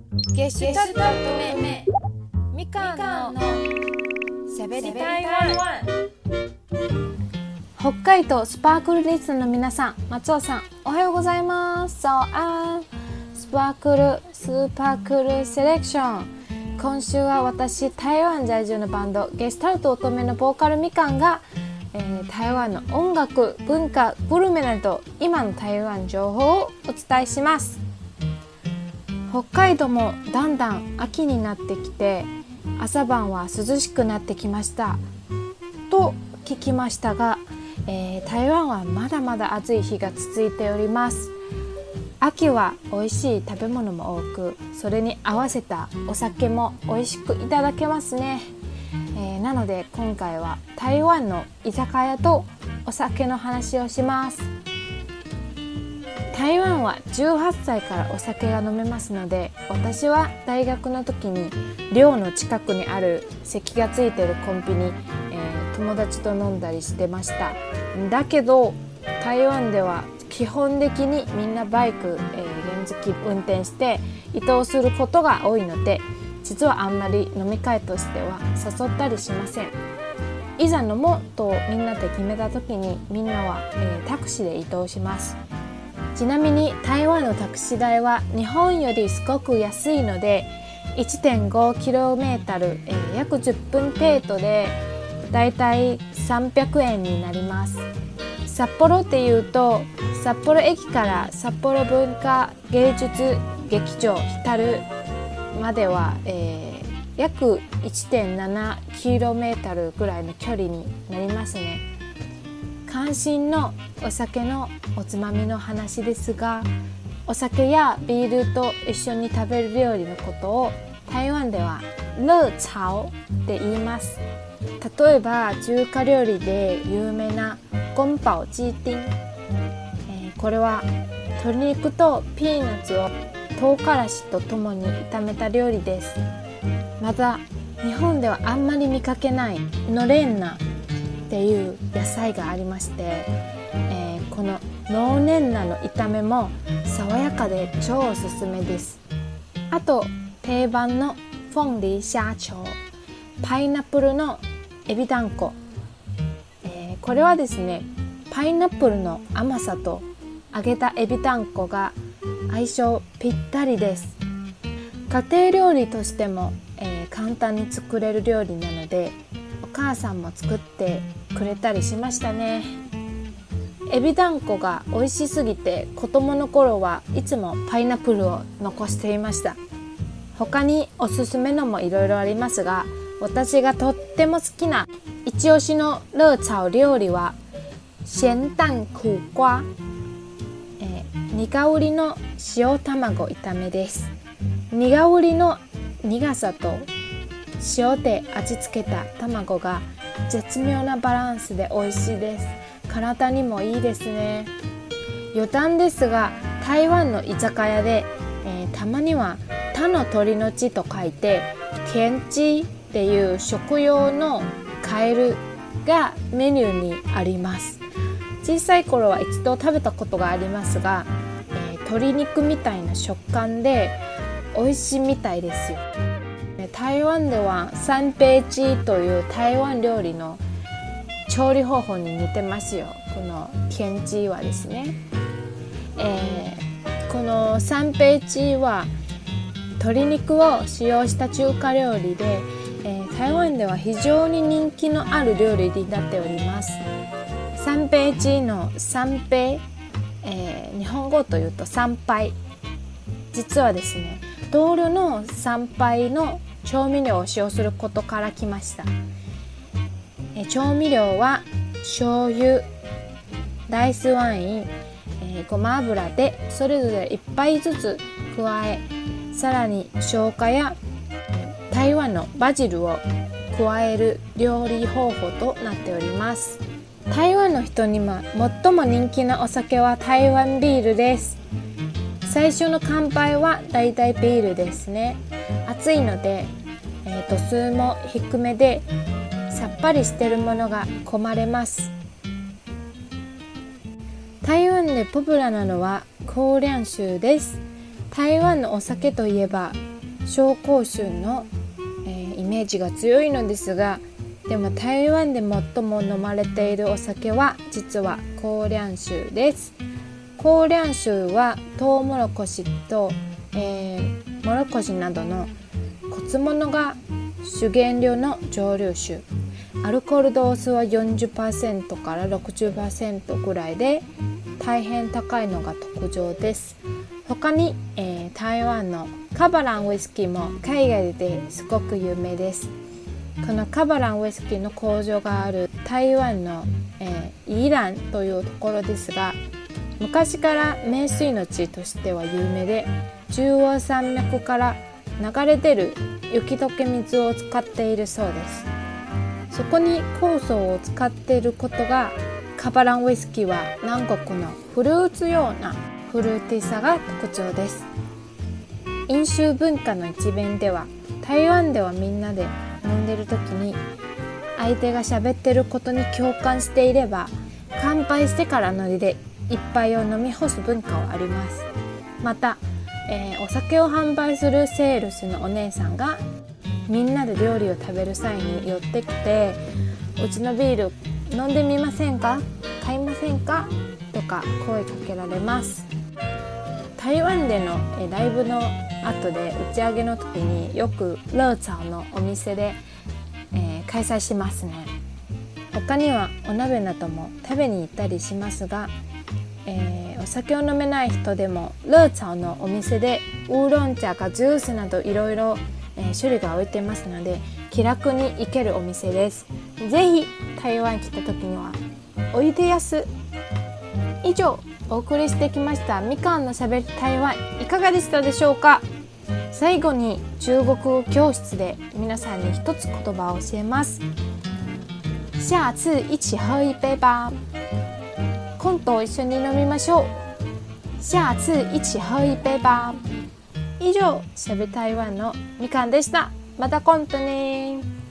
ゲシュタルト目みかんのしゃべり台湾。北海道スパークルリスナーの皆さん、松尾さんおはようございます。早安。スーパークルセレクション。今週は私台湾在住のバンドゲシュタルト乙女のボーカルみかんが、台湾の音楽、文化、グルメなど今の台湾情報をお伝えします。北海道もだんだん秋になってきて朝晩は涼しくなってきましたと聞きましたが、台湾はまだまだ暑い日が続いております。秋は美味しい食べ物も多く、それに合わせたお酒も美味しくいただけますね。なので今回は台湾の居酒屋とお酒の話をします。台湾は18歳からお酒が飲めますので、私は大学の時に寮の近くにある席がついているコンビニ、友達と飲んだりしてました。だけど台湾では基本的にみんなバイク、原付運転して移動することが多いので、実はあんまり飲み会としては誘ったりしません。いざ飲もうとみんなで決めた時にみんなは、タクシーで移動します。ちなみに台湾のタクシー代は日本よりすごく安いので 1.5km、約10分程度でだいたい300円になります。札幌っていうと札幌駅から札幌文化芸術劇場ヒタルまでは、約 1.7km ぐらいの距離になりますね。関心のお酒のおつまみの話ですが、お酒やビールと一緒に食べる料理のことを台湾では熱炒って言います。例えば中華料理で有名な宫保鸡丁、これは鶏肉とピーナッツを唐辛子とともに炒めた料理です。また日本ではあんまり見かけないノレンナっていう野菜がありまして、このノーネンナの炒めも爽やかで超おすすめです。あと定番のフォンリーシャーチョウ、パイナップルのエビ団子、これはですねパイナップルの甘さと揚げたエビ団子が相性ぴったりです。家庭料理としても、簡単に作れる料理なのでお母さんも作ってくれたりしましたね。エビ団子が美味しすぎて子供の頃はいつもパイナップルを残していました。他におすすめのもいろいろありますが、私がとっても好きな一押しの熱炒料理は鹹蛋苦瓜、苦うりの塩卵炒めです。苦うりの苦さと塩で味付けた卵が絶妙なバランスで美味しいです。体にもいいですね。余談ですが、台湾の居酒屋で、たまには他の鳥の血と書いて天地っていう食用のカエルがメニューにあります。小さい頃は一度食べたことがありますが、鶏肉みたいな食感で美味しいみたいですよ。台湾では三杯雞という台湾料理の調理方法に似てますよ。この天地はですね、この三杯雞は鶏肉を使用した中華料理で、台湾では非常に人気のある料理になっております。三杯雞の三杯、日本語というと参拝、実はですね同僚の参拝の調味料を使用することから来ました。調味料は醤油、ライスワイン、ごま油でそれぞれ1杯ずつ加え、さらに生姜や台湾のバジルを加える料理方法となっております。台湾の人にも最も人気なお酒は台湾ビールです。最初の乾杯はだいたいビールですね。暑いので、度数も低めでさっぱりしているものが好まれます。台湾でポピュラーなのは高粱酒です。台湾のお酒といえば紹興酒の、イメージが強いのですが、でも台湾で最も飲まれているお酒は実は高粱酒です。高粱酒はトウモロコシと、モロコシなどの穀物が主原料の蒸留酒。アルコール度数は 40% から 60% ぐらいで大変高いのが特徴です。他に、台湾のカバランウイスキーも海外ですごく有名です。このカバランウイスキーの工場がある台湾の、宜蘭というところですが、昔から名水の地としては有名で、中央山脈から流れ出る雪解け水を使っているそうです。そこに酵素を使っていることが、カバランウイスキーは南国のフルーツようなフルーティーさが特徴です。飲酒文化の一面では、台湾ではみんなで飲んでる時に相手が喋ってることに共感していれば、乾杯してからノリで一杯を飲み干す文化はあります。また、お酒を販売するセールスのお姉さんがみんなで料理を食べる際に寄ってきて、うちのビール飲んでみませんか、買いませんかとか声かけられます。台湾でのライブの後で打ち上げの時によく乐草のお店で、開催しますね。他にはお鍋なども食べに行ったりしますが、お酒を飲めない人でも乐草のお店でウーロン茶かジュースなどいろいろ種類が置いていますので、気楽に行けるお店です。ぜひ台湾来た時にはおいでやす。以上お送りしてきましたみかんのしゃべり台湾、いかがでしたでしょうか。最後に中国語教室で皆さんに一つ言葉を教えます。下次一起喝一杯吧。今度一緒に飲みましょう。下次一起喝一杯吧。以上、しゃべ台湾のみかんでした。また今度ね。